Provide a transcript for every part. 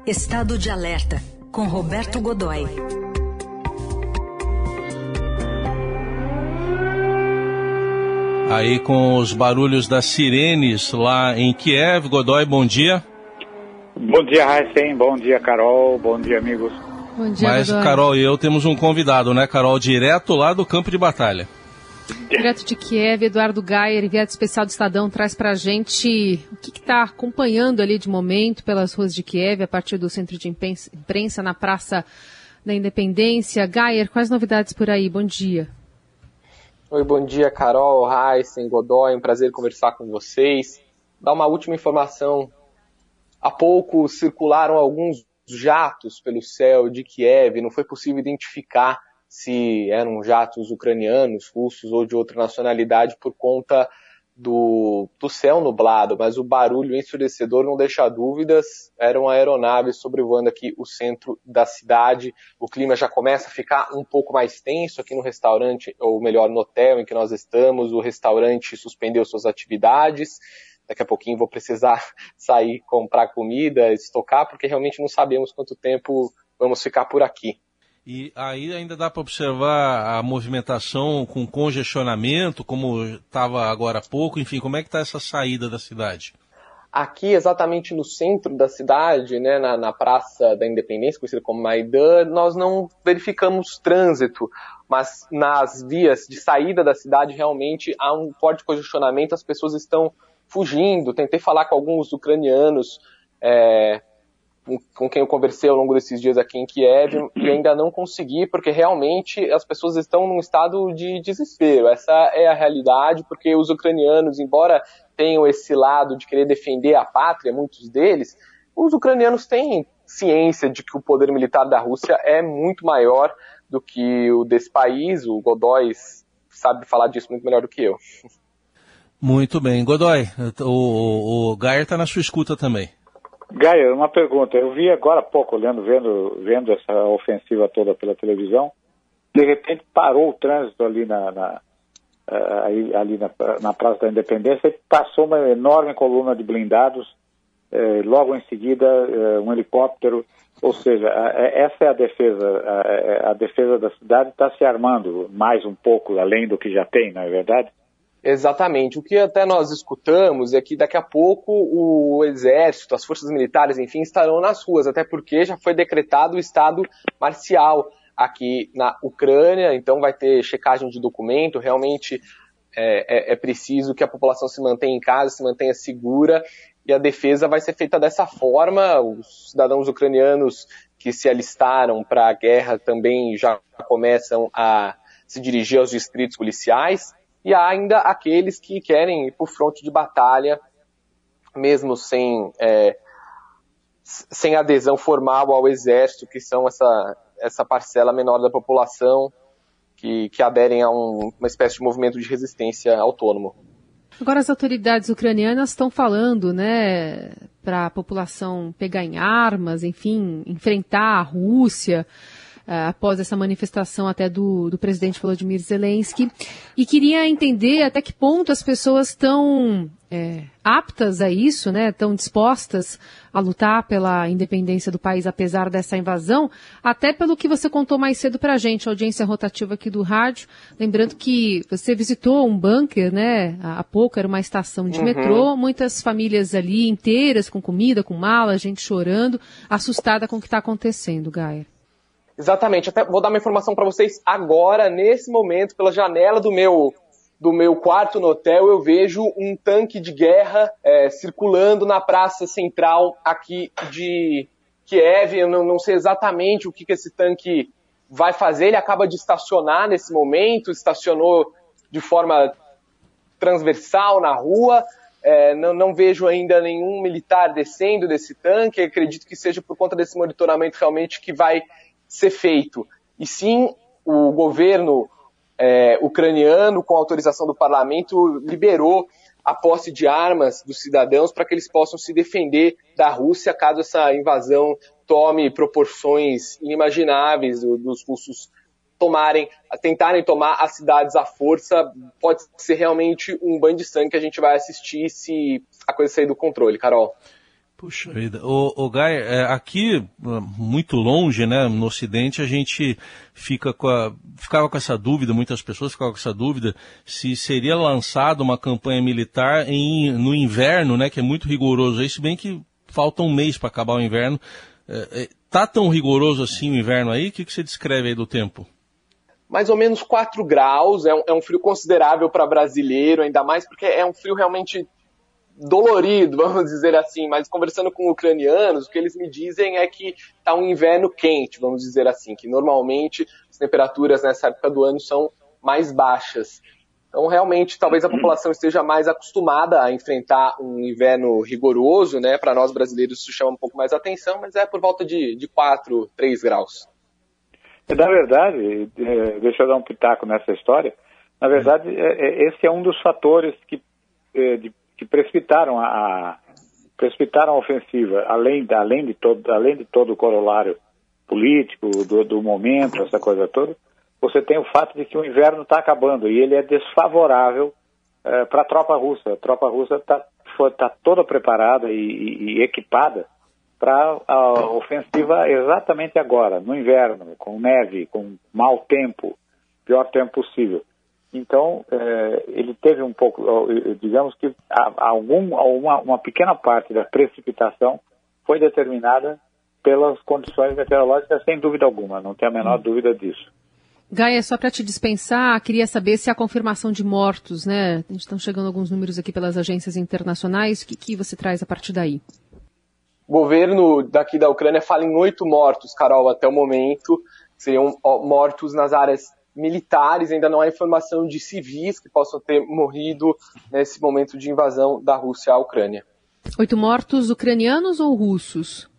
Estado de Alerta, com Roberto Godoy. Aí com os barulhos das sirenes lá em Kiev. Godoy, bom dia. Bom dia, Raíssen. Bom dia, Carol. Bom dia, amigos. Bom dia, Mas Godoy. Carol e eu temos um convidado, né, Carol? Direto lá do campo de batalha. Direto de Kiev, Eduardo Gayer, enviado especial do Estadão, traz pra gente o que está acompanhando ali de momento pelas ruas de Kiev, a partir do centro de imprensa na Praça da Independência. Gayer, quais novidades por aí? Bom dia. Oi, bom dia, Carol, Raíssen, Godoy, um prazer conversar com vocês. Dar uma última informação. Há pouco circularam alguns jatos pelo céu de Kiev, não foi possível identificar se eram jatos ucranianos, russos ou de outra nacionalidade por conta do céu nublado, mas o barulho ensurdecedor não deixa dúvidas. Eram aeronaves sobrevoando aqui o centro da cidade. O clima já começa a ficar um pouco mais tenso aqui no restaurante, ou melhor, no hotel em que nós estamos. O restaurante suspendeu suas atividades. Daqui a pouquinho vou precisar sair, comprar comida, estocar, porque realmente não sabemos quanto tempo vamos ficar por aqui. E aí ainda dá para observar a movimentação com congestionamento, como estava agora há pouco, enfim, como é que está essa saída da cidade? Aqui, exatamente no centro da cidade, né, na Praça da Independência, conhecida como Maidan, nós não verificamos trânsito, mas nas vias de saída da cidade realmente há um forte congestionamento, as pessoas estão fugindo. Tentei falar com alguns ucranianos, com quem eu conversei ao longo desses dias aqui em Kiev, e ainda não consegui, porque realmente as pessoas estão num estado de desespero. Essa é a realidade, porque os ucranianos, embora tenham esse lado de querer defender a pátria, muitos deles, os ucranianos têm ciência de que o poder militar da Rússia é muito maior do que o desse país. O Godoy sabe falar disso muito melhor do que eu. Muito bem. Godoy, o Gayer está na sua escuta também. Gayer, uma pergunta. Eu vi agora há pouco, vendo essa ofensiva toda pela televisão. De repente parou o trânsito ali na Praça da Independência e passou uma enorme coluna de blindados. Logo em seguida, um helicóptero. Ou seja, essa é a defesa. A defesa da cidade está se armando mais um pouco, além do que já tem, não é verdade? Exatamente. O que até nós escutamos é que daqui a pouco o exército, as forças militares, enfim, estarão nas ruas, até porque já foi decretado o estado marcial aqui na Ucrânia, então vai ter checagem de documento. Realmente é preciso que a população se mantenha em casa, se mantenha segura, e a defesa vai ser feita dessa forma. Os cidadãos ucranianos que se alistaram para a guerra também já começam a se dirigir aos distritos policiais. E há ainda aqueles que querem ir para o fronte de batalha, mesmo sem adesão formal ao exército, que são essa parcela menor da população que aderem a uma espécie de movimento de resistência autônomo. Agora as autoridades ucranianas estão falando, né, para a população pegar em armas, enfim, enfrentar a Rússia, após essa manifestação até do presidente Volodymyr Zelensky, e queria entender até que ponto as pessoas estão aptas a isso, né, estão dispostas a lutar pela independência do país apesar dessa invasão, até pelo que você contou mais cedo para a gente, a audiência rotativa aqui do rádio, lembrando que você visitou um bunker, né, há pouco, era uma estação de metrô, muitas famílias ali inteiras, com comida, com mala, gente chorando, assustada com o que está acontecendo, Gayer. Exatamente, até vou dar uma informação para vocês agora, nesse momento, pela janela do meu quarto no hotel, eu vejo um tanque de guerra circulando na praça central aqui de Kiev. Eu não sei exatamente o que esse tanque vai fazer, ele acaba de estacionar nesse momento, estacionou de forma transversal na rua. Não vejo ainda nenhum militar descendo desse tanque, acredito que seja por conta desse monitoramento realmente que vai ser feito. E sim, o governo ucraniano, com autorização do parlamento, liberou a posse de armas dos cidadãos para que eles possam se defender da Rússia caso essa invasão tome proporções inimagináveis, dos russos tentarem tomar as cidades à força. Pode ser realmente um banho de sangue que a gente vai assistir se a coisa sair do controle, Carol. Puxa vida. Guy, aqui, muito longe, né, no Ocidente, a gente ficava com essa dúvida, muitas pessoas ficavam com essa dúvida, se seria lançada uma campanha militar no inverno, né, que é muito rigoroso. Aí, se bem que falta um mês para acabar o inverno. Tá tão rigoroso assim o inverno aí? O que você descreve aí do tempo? Mais ou menos 4 graus, é um frio considerável para brasileiro, ainda mais porque é um frio realmente dolorido, vamos dizer assim, mas conversando com ucranianos, o que eles me dizem é que está um inverno quente, vamos dizer assim, que normalmente as temperaturas nessa época do ano são mais baixas. Então, realmente, talvez a população esteja mais acostumada a enfrentar um inverno rigoroso, né? Para nós brasileiros isso chama um pouco mais atenção, mas é por volta de 4, 3 graus. Na verdade, deixa eu dar um pitaco nessa história, na verdade, esse é um dos fatores que precipitaram a ofensiva, além de todo o corolário político, do momento, essa coisa toda. Você tem o fato de que o inverno está acabando e ele é desfavorável para a tropa russa. A tropa russa está toda preparada e equipada para a ofensiva exatamente agora, no inverno, com neve, com mau tempo, pior tempo possível. Então, ele teve um pouco, digamos que uma pequena parte da precipitação foi determinada pelas condições meteorológicas, sem dúvida alguma, não tem a menor dúvida disso. Gaia, só para te dispensar, queria saber se a confirmação de mortos, né? Estão chegando alguns números aqui pelas agências internacionais, o que você traz a partir daí? O governo daqui da Ucrânia fala em 8 mortos, Carol, até o momento. Seriam mortos nas áreas militares, ainda não há informação de civis que possam ter morrido nesse momento de invasão da Rússia à Ucrânia. 8 mortos ucranianos ou russos?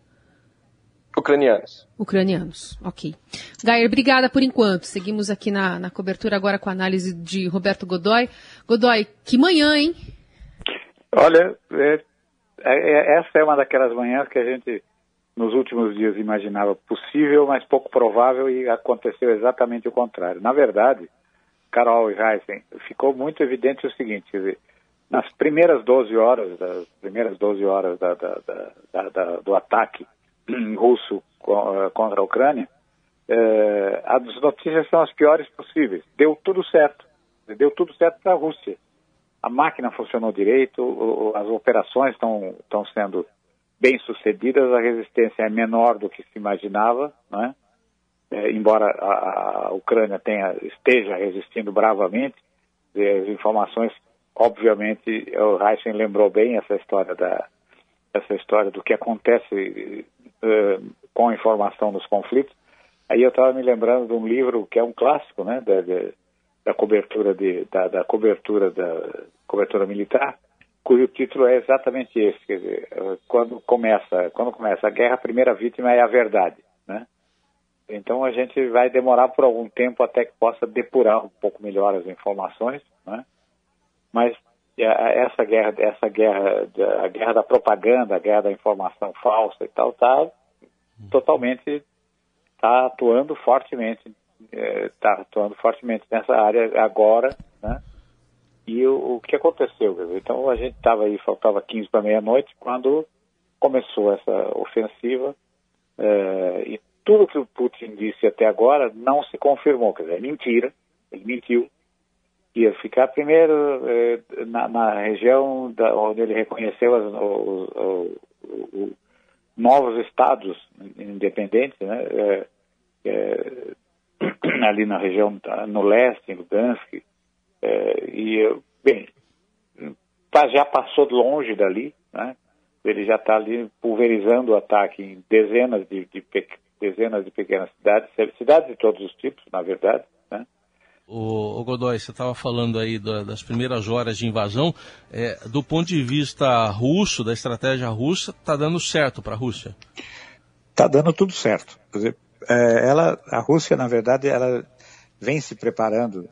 Ucranianos, ok. Gaia, obrigada por enquanto. Seguimos aqui na cobertura agora com a análise de Roberto Godoy. Godoy, que manhã, hein? Olha, essa é uma daquelas manhãs que a gente, nos últimos dias, imaginava possível, mas pouco provável, e aconteceu exatamente o contrário. Na verdade, Carol e Heisen, ficou muito evidente o seguinte, quer dizer, nas primeiras 12 horas do ataque russo contra a Ucrânia, as notícias são as piores possíveis. Deu tudo certo para a Rússia. A máquina funcionou direito, as operações estão sendo bem sucedidas, a resistência é menor do que se imaginava, né? Embora a Ucrânia esteja resistindo bravamente, as informações, obviamente, o Heisen lembrou bem essa história do que acontece com a informação dos conflitos. Aí eu estava me lembrando de um livro que é um clássico, né, da cobertura militar, cujo título é exatamente esse, quer dizer, quando começa a guerra, a primeira vítima é a verdade, né? Então a gente vai demorar por algum tempo até que possa depurar um pouco melhor as informações, né? Mas a guerra da propaganda, a guerra da informação falsa e tal, está atuando fortemente nessa área agora, né? E o que aconteceu? Então a gente estava aí, faltava 15 para meia-noite, quando começou essa ofensiva, e tudo que o Putin disse até agora não se confirmou, quer dizer, é mentira, ele mentiu. Ia ficar primeiro na região onde ele reconheceu os novos estados independentes, né? Ali na região, no leste, em Lugansk, já passou longe dali, né? Ele já está ali pulverizando o ataque em dezenas de pequenas cidades de todos os tipos, na verdade, né? O Godoy, você estava falando aí das primeiras horas de invasão. Do ponto de vista russo, da estratégia russa, está dando certo para a Rússia? Está dando tudo certo. Quer dizer, a Rússia, na verdade, ela vem se preparando,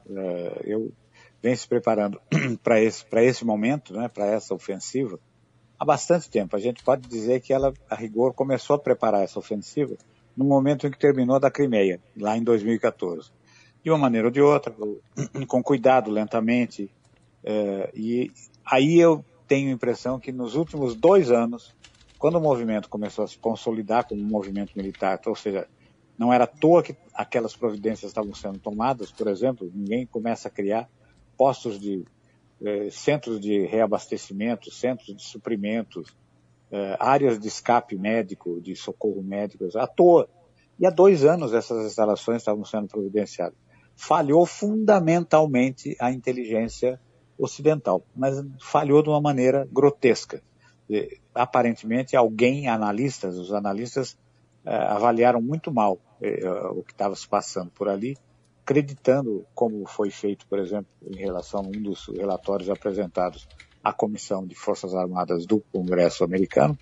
para esse momento, né, para essa ofensiva, há bastante tempo. A gente pode dizer que ela, a rigor, começou a preparar essa ofensiva no momento em que terminou da Crimeia, lá em 2014. De uma maneira ou de outra, com cuidado, lentamente. E aí eu tenho a impressão que nos últimos 2 anos Quando o movimento começou a se consolidar como um movimento militar, ou seja, não era à toa que aquelas providências estavam sendo tomadas, por exemplo, ninguém começa a criar postos de centros de reabastecimento, centros de suprimentos, áreas de escape médico, de socorro médico, à toa. E há 2 anos essas instalações estavam sendo providenciadas. Falhou fundamentalmente a inteligência ocidental, mas falhou de uma maneira grotesca. Aparentemente os analistas avaliaram muito mal o que estava se passando por ali, acreditando, como foi feito, por exemplo, em relação a um dos relatórios apresentados à Comissão de Forças Armadas do Congresso americano,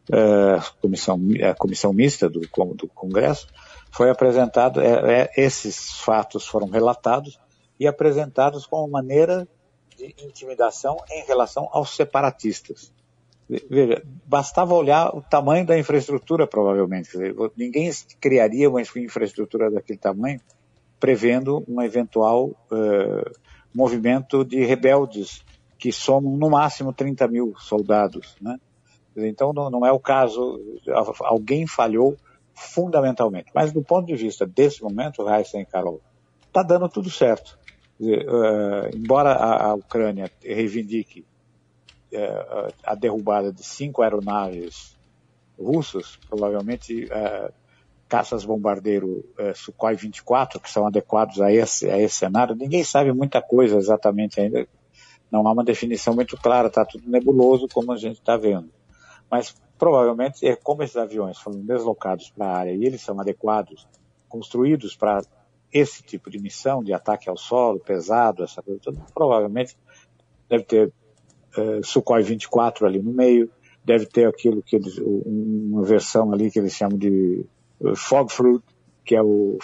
a comissão mista do Congresso, foi apresentado, esses fatos foram relatados e apresentados como maneira de intimidação em relação aos separatistas. Veja, bastava olhar o tamanho da infraestrutura, provavelmente. Quer dizer, ninguém criaria uma infraestrutura daquele tamanho prevendo um eventual movimento de rebeldes que somam no máximo 30 mil soldados, né? Então não é o caso, alguém falhou fundamentalmente. Mas do ponto de vista desse momento, Raíssa e Carol, está dando tudo certo. Embora a Ucrânia reivindique a derrubada de 5 aeronaves russas, provavelmente caças bombardeiro Sukhoi 24, que são adequados a esse cenário, ninguém sabe muita coisa exatamente ainda, não há uma definição muito clara, está tudo nebuloso como a gente está vendo. Mas provavelmente, como esses aviões foram deslocados para a área e eles são adequados, construídos para esse tipo de missão, de ataque ao solo, pesado, essa coisa toda, provavelmente deve ter Sukhoi 24 ali no meio, deve ter aquilo que uma versão ali que eles chamam de Fogfruit, que é um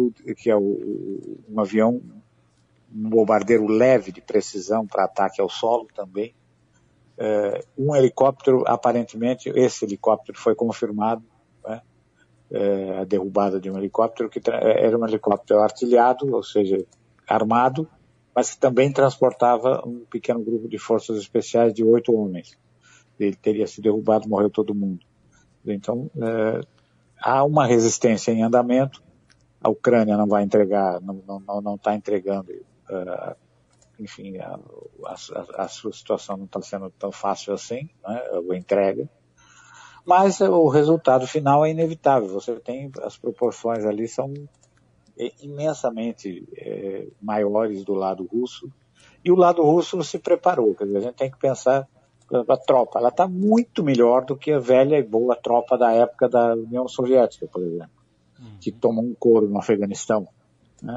avião, um bombardeiro leve de precisão para ataque ao solo também. Um helicóptero, aparentemente, esse helicóptero foi confirmado, né? A derrubada de um helicóptero que era um helicóptero artilhado, ou seja, armado, mas que também transportava um pequeno grupo de forças especiais de 8 homens. Ele teria sido derrubado, morreu todo mundo. Então, há uma resistência em andamento. A Ucrânia não vai entregar, não está entregando, enfim, a sua situação não está sendo tão fácil assim, né, a entrega. Mas o resultado final é inevitável. Você tem, as proporções ali são imensamente maiores do lado russo, e o lado russo se preparou. Quer dizer, a gente tem que pensar, a tropa, ela está muito melhor do que a velha e boa tropa da época da União Soviética, por exemplo, que tomou um couro no Afeganistão, né?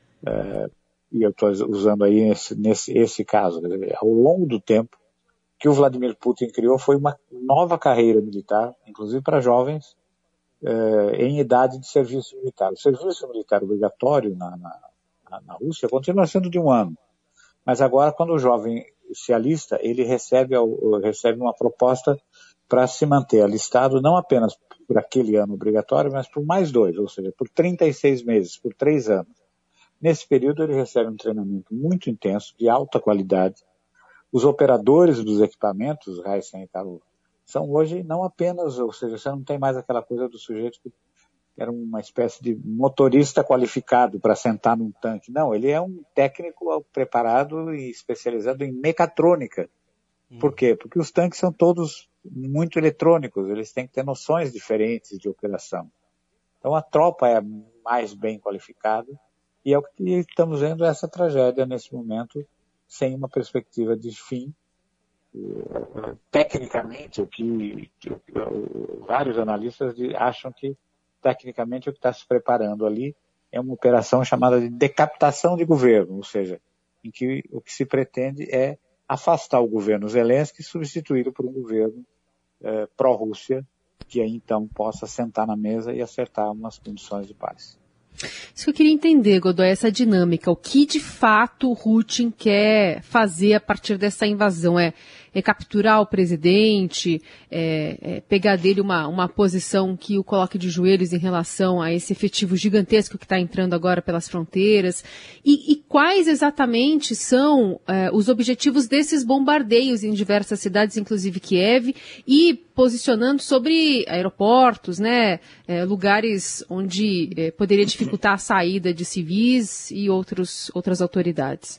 E eu estou usando aí esse caso. Quer dizer, ao longo do tempo, o que o Vladimir Putin criou foi uma nova carreira militar, inclusive para jovens, em idade de serviço militar. O serviço militar obrigatório na Rússia continua sendo de 1 ano. Mas agora, quando o jovem se alista, ele recebe uma proposta para se manter alistado não apenas por aquele ano obrigatório, mas por mais 2, ou seja, por 36 meses, por 3 anos. Nesse período, ele recebe um treinamento muito intenso, de alta qualidade. Os operadores dos equipamentos, Raíssa e Carol, são hoje não apenas, ou seja, você não tem mais aquela coisa do sujeito que era uma espécie de motorista qualificado para sentar num tanque. Não, ele é um técnico preparado e especializado em mecatrônica. Por quê? Porque os tanques são todos muito eletrônicos, eles têm que ter noções diferentes de operação. Então a tropa é mais bem qualificada e é o que estamos vendo essa tragédia nesse momento, sem uma perspectiva de fim. Tecnicamente, vários analistas acham que tecnicamente o que está se preparando ali é uma operação chamada de decapitação de governo, ou seja, em que o que se pretende é afastar o governo Zelensky e substituí-lo por um governo pró-Rússia, que aí então possa sentar na mesa e acertar umas condições de paz. Isso que eu queria entender, Godoy, essa dinâmica. O que de fato o Putin quer fazer a partir dessa invasão? É capturar o presidente, pegar dele uma posição que o coloque de joelhos em relação a esse efetivo gigantesco que está entrando agora pelas fronteiras? E quais exatamente são os objetivos desses bombardeios em diversas cidades, inclusive Kiev, e posicionando sobre aeroportos, né, lugares onde poderia dificultar a saída de civis e outras autoridades?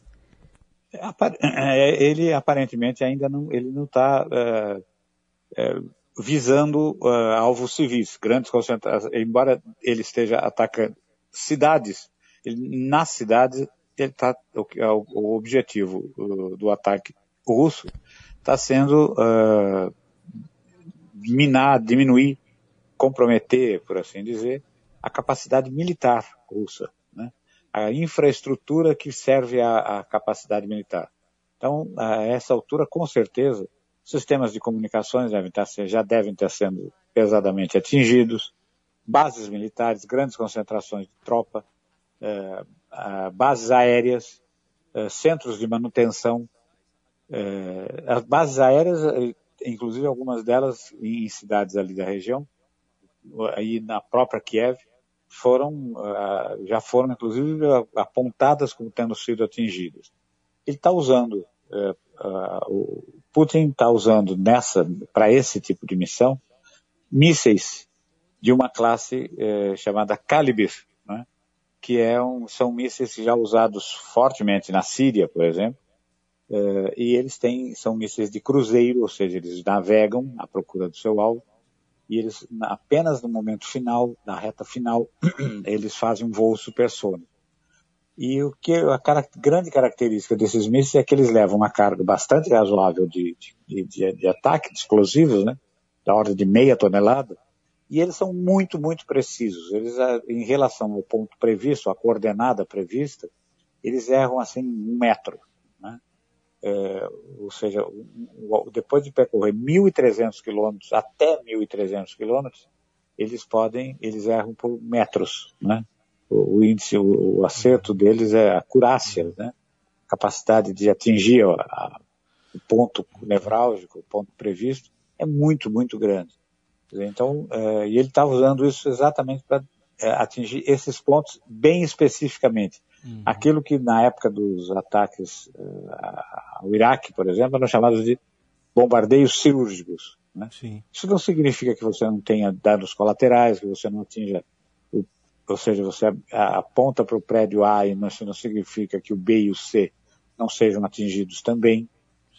Ele aparentemente ainda não está visando alvos civis, grandes concentrações, embora ele esteja atacando cidades. Nas cidades, o objetivo do ataque russo está sendo minar, diminuir, comprometer, por assim dizer, a capacidade militar russa, né? A infraestrutura que serve à capacidade militar. Então, a essa altura, com certeza, sistemas de comunicações já devem estar sendo pesadamente atingidos, bases militares, grandes concentrações de tropa, bases aéreas, centros de manutenção. As bases aéreas, inclusive algumas delas em cidades ali da região, aí na própria Kiev, já foram inclusive apontadas como tendo sido atingidas. Ele está usando, o Putin está usando para esse tipo de missão, mísseis de uma classe chamada Kalibr, né, que são mísseis já usados fortemente na Síria, por exemplo, e são mísseis de cruzeiro, ou seja, eles navegam à procura do seu alvo, e eles apenas no momento final, na reta final, eles fazem um voo supersônico. E a grande característica desses mísseis é que eles levam uma carga bastante razoável de ataque, de explosivos, né, da ordem de 0,5 tonelada, e eles são muito, muito precisos. Eles, em relação ao ponto previsto, à coordenada prevista, eles erram assim 1 metro, né? Ou seja, depois de percorrer 1.300 quilômetros até 1.300 quilômetros, eles erram por metros, né? O índice, o acerto deles é a acurácia, né? A capacidade de atingir o ponto nevrálgico, o ponto previsto, é muito, muito grande. Então, e ele está usando isso exatamente para atingir esses pontos bem especificamente. Aquilo que na época dos ataques ao Iraque, por exemplo, eram chamados de bombardeios cirúrgicos, né? Isso não significa que você não tenha danos colaterais, que você não atinja, ou seja, você aponta para o prédio A e isso não significa que o B e o C não sejam atingidos também,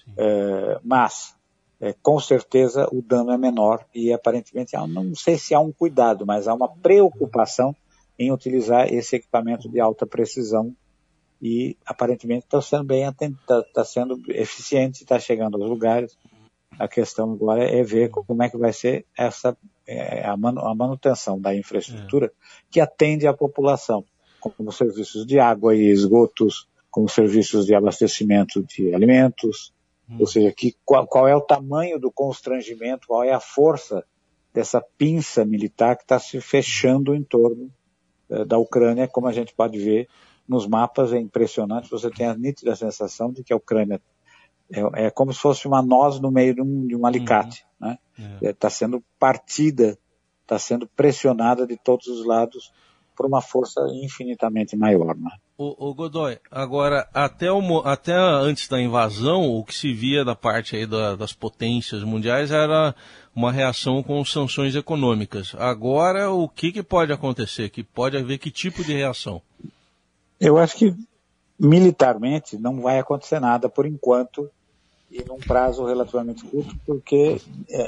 mas com certeza o dano é menor e aparentemente, não sei se há um cuidado, mas há uma preocupação em utilizar esse equipamento de alta precisão e aparentemente está sendo eficiente, está chegando aos lugares. A questão agora é ver como é que vai ser a manutenção da infraestrutura que atende à população, como serviços de água e esgotos, como serviços de abastecimento de alimentos, ou seja, qual é o tamanho do constrangimento, qual é a força dessa pinça militar que está se fechando em torno da Ucrânia, como a gente pode ver nos mapas, é impressionante, você tem a nítida sensação de que a Ucrânia é como se fosse uma noz no meio de um alicate, né? Está sendo partida, está sendo pressionada de todos os lados por uma força infinitamente maior, né? O Godoy, agora, até antes da invasão, o que se via da parte aí das potências mundiais era uma reação com sanções econômicas. Agora, o que pode acontecer? Que pode haver que tipo de reação? Eu acho que militarmente não vai acontecer nada por enquanto e num prazo relativamente curto, porque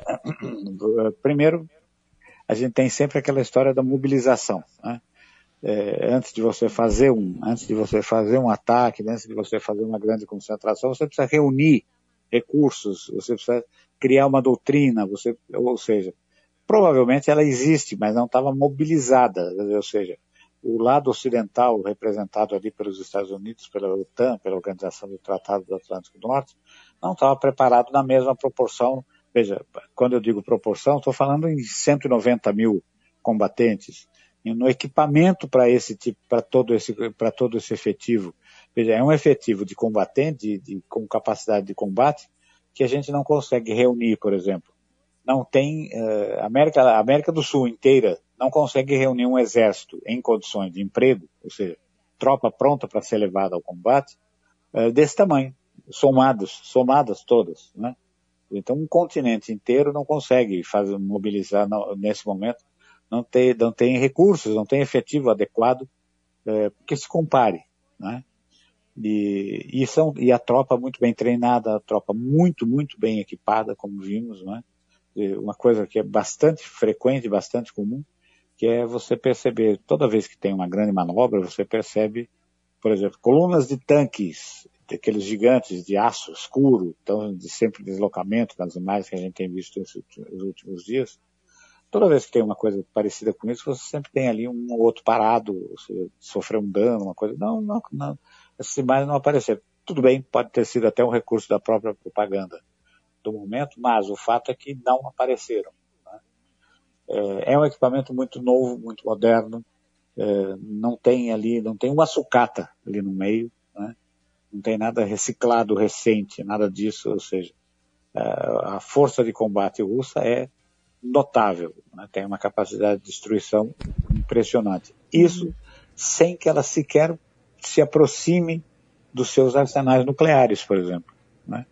primeiro a gente tem sempre aquela história da mobilização, né? Antes de você fazer um ataque, antes de você fazer uma grande concentração, você precisa reunir recursos, você precisa criar uma doutrina, ou seja, provavelmente ela existe, mas não estava mobilizada, ou seja, o lado ocidental, representado ali pelos Estados Unidos, pela OTAN, pela Organização do Tratado do Atlântico Norte, não estava preparado na mesma proporção. Veja, quando eu digo proporção, estou falando em 190 mil combatentes, e no equipamento para todo esse efetivo. Veja, é um efetivo de combatente, com capacidade de combate, que a gente não consegue reunir, por exemplo. Não tem, a América do Sul inteira não consegue reunir um exército em condições de emprego, ou seja, tropa pronta para ser levada ao combate, desse tamanho, somadas todas, né? Então um continente inteiro não consegue mobilizar nesse momento, não tem recursos, não tem efetivo adequado que se compare, né? E a tropa muito bem treinada, a tropa muito, muito bem equipada, como vimos, né? Uma coisa que é bastante frequente, bastante comum, que é você perceber, toda vez que tem uma grande manobra, você percebe, por exemplo, colunas de tanques, aqueles gigantes de aço escuro, então de sempre deslocamento nas imagens que a gente tem visto nos últimos dias. Toda vez que tem uma coisa parecida com isso, você sempre tem ali um ou outro parado, ou seja, sofreu um dano, uma coisa. Não, essas imagens não apareceram. Tudo bem, pode ter sido até um recurso da própria propaganda do momento, mas o fato é que não apareceram, né? É um equipamento muito novo, muito moderno, não tem uma sucata ali no meio, né? Não tem nada reciclado recente, nada disso, ou seja, a força de combate russa é notável, né? Tem uma capacidade de destruição impressionante. Isso sem que ela sequer se aproxime dos seus arsenais nucleares, por exemplo, né?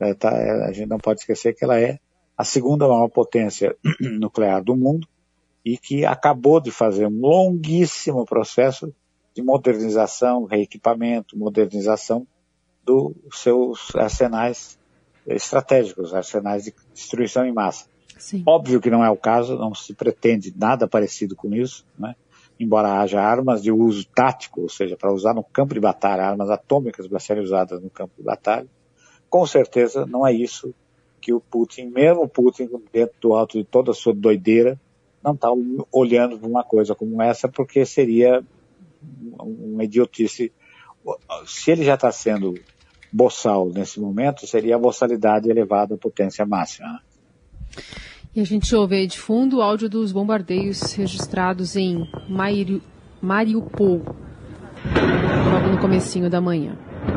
A gente não pode esquecer que ela é a segunda maior potência nuclear do mundo e que acabou de fazer um longuíssimo processo de modernização, reequipamento, modernização dos seus arsenais estratégicos, arsenais de destruição em massa. Sim. Óbvio que não é o caso, não se pretende nada parecido com isso, né? Embora haja armas de uso tático, ou seja, para usar no campo de batalha, armas atômicas para serem usadas no campo de batalha, com certeza não é isso que o Putin, mesmo o Putin, dentro do alto de toda a sua doideira, não está olhando para uma coisa como essa, porque seria uma idiotice. Se ele já está sendo boçal nesse momento, seria a boçalidade elevada à potência máxima. E a gente ouve aí de fundo o áudio dos bombardeios registrados em Mariupol, logo no comecinho da manhã.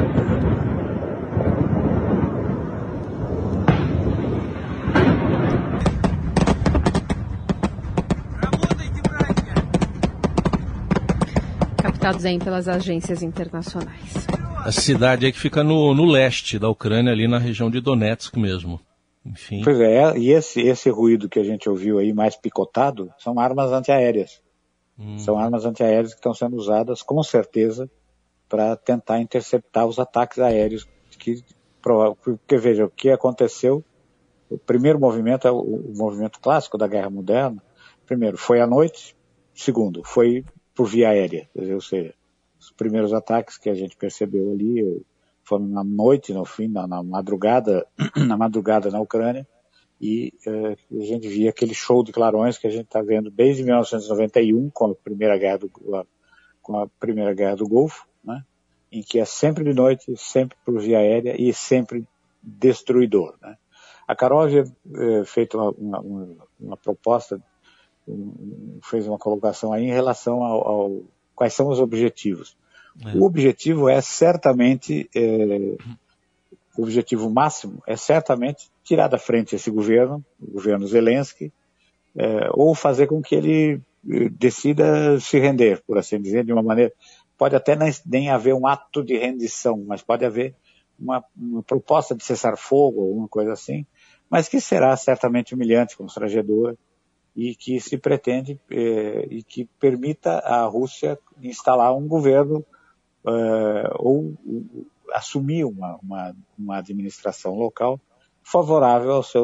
Captados aí pelas agências internacionais. A cidade aí que fica no leste da Ucrânia, ali na região de Donetsk mesmo. Enfim. Pois é, e esse ruído que a gente ouviu aí mais picotado são armas antiaéreas. São armas antiaéreas que estão sendo usadas com certeza para tentar interceptar os ataques aéreos. Porque veja, o que aconteceu, o primeiro movimento é o movimento clássico da guerra moderna. Primeiro, foi à noite. Segundo, foi por via aérea. Ou seja, os primeiros ataques que a gente percebeu ali foram na noite, no fim, na madrugada na Ucrânia, e a gente via aquele show de clarões que a gente está vendo desde 1991, com a Primeira Guerra do Golfo, né, em que é sempre de noite, sempre por via aérea e sempre destruidor, né. A Carol havia feito uma proposta, fez uma colocação aí em relação ao quais são os objetivos. O objetivo é certamente, o objetivo máximo é certamente tirar da frente esse governo, o governo Zelensky, ou fazer com que ele decida se render, por assim dizer, de uma maneira. Pode até nem haver um ato de rendição, mas pode haver uma proposta de cessar-fogo, alguma coisa assim, mas que será certamente humilhante, constrangedora, e que se pretende e que permita à Rússia instalar um governo ou assumir uma administração local favorável aos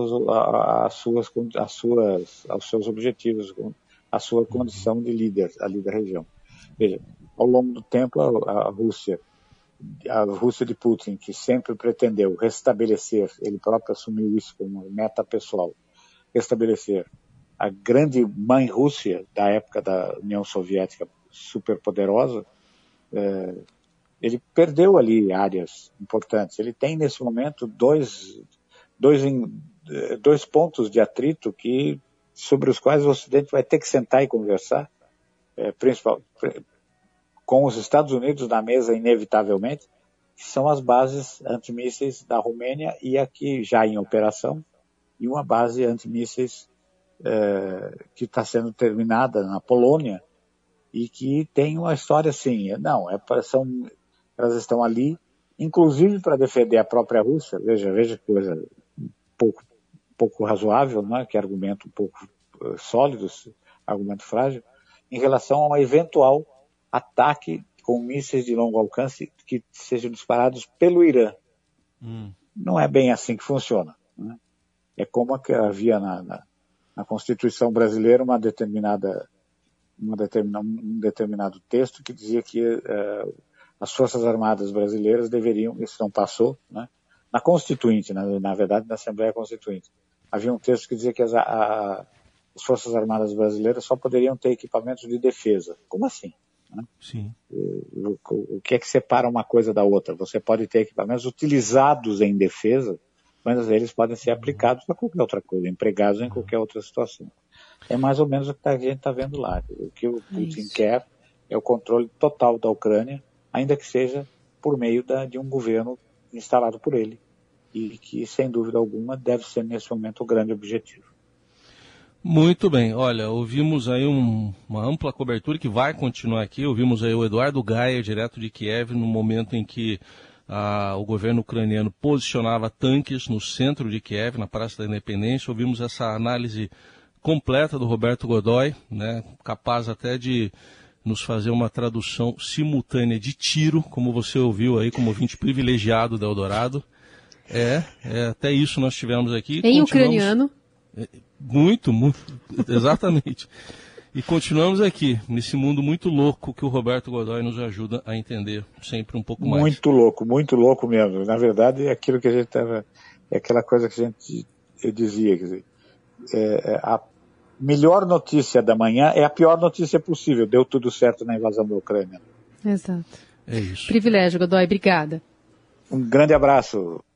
seus objetivos, à sua condição de líder ali da região. Veja, ao longo do tempo a Rússia de Putin, que sempre pretendeu restabelecer, ele próprio assumiu isso como meta pessoal, restabelecer a grande mãe Rússia da época da União Soviética superpoderosa, ele perdeu ali áreas importantes. Ele tem nesse momento dois pontos de atrito sobre os quais o Ocidente vai ter que sentar e conversar, principalmente com os Estados Unidos na mesa inevitavelmente, que são as bases antimísseis da Romênia e aqui já em operação, e uma base antimísseis que está sendo terminada na Polônia e que tem uma história assim, elas estão ali, inclusive para defender a própria Rússia, veja que coisa pouco razoável, né? Que argumento um pouco sólido, argumento frágil, em relação a um eventual ataque com mísseis de longo alcance que sejam disparados pelo Irã. Não é bem assim que funciona, né? É como que havia na Constituição brasileira um determinado texto que dizia que as Forças Armadas brasileiras deveriam, isso não passou, né? Na Constituinte, na verdade, na Assembleia Constituinte, havia um texto que dizia que as Forças Armadas brasileiras só poderiam ter equipamentos de defesa. Como assim? Né? Sim. O que é que separa uma coisa da outra? Você pode ter equipamentos utilizados em defesa, mas eles podem ser aplicados para qualquer outra coisa, empregados em qualquer outra situação. É mais ou menos o que a gente está vendo lá. O que o Putin quer é o controle total da Ucrânia, ainda que seja por meio de um governo instalado por ele, e que, sem dúvida alguma, deve ser, nesse momento, o grande objetivo. Muito bem. Olha, ouvimos aí uma ampla cobertura que vai continuar aqui. Ouvimos aí o Eduardo Gaia, direto de Kiev, no momento em que o governo ucraniano posicionava tanques no centro de Kiev, na Praça da Independência. Ouvimos essa análise completa do Roberto Godoy, né, capaz até de nos fazer uma tradução simultânea de tiro, como você ouviu aí como ouvinte privilegiado da Eldorado. Até isso nós tivemos aqui. Em ucraniano. Muito, exatamente. E continuamos aqui, nesse mundo muito louco que o Roberto Godoy nos ajuda a entender sempre um pouco mais. Muito louco mesmo. Na verdade, é aquilo que a gente estava... É aquela coisa que a gente dizia, quer dizer, a melhor notícia da manhã é a pior notícia possível. Deu tudo certo na invasão da Ucrânia. Exato. É isso. Privilégio, Godoy. Obrigada. Um grande abraço.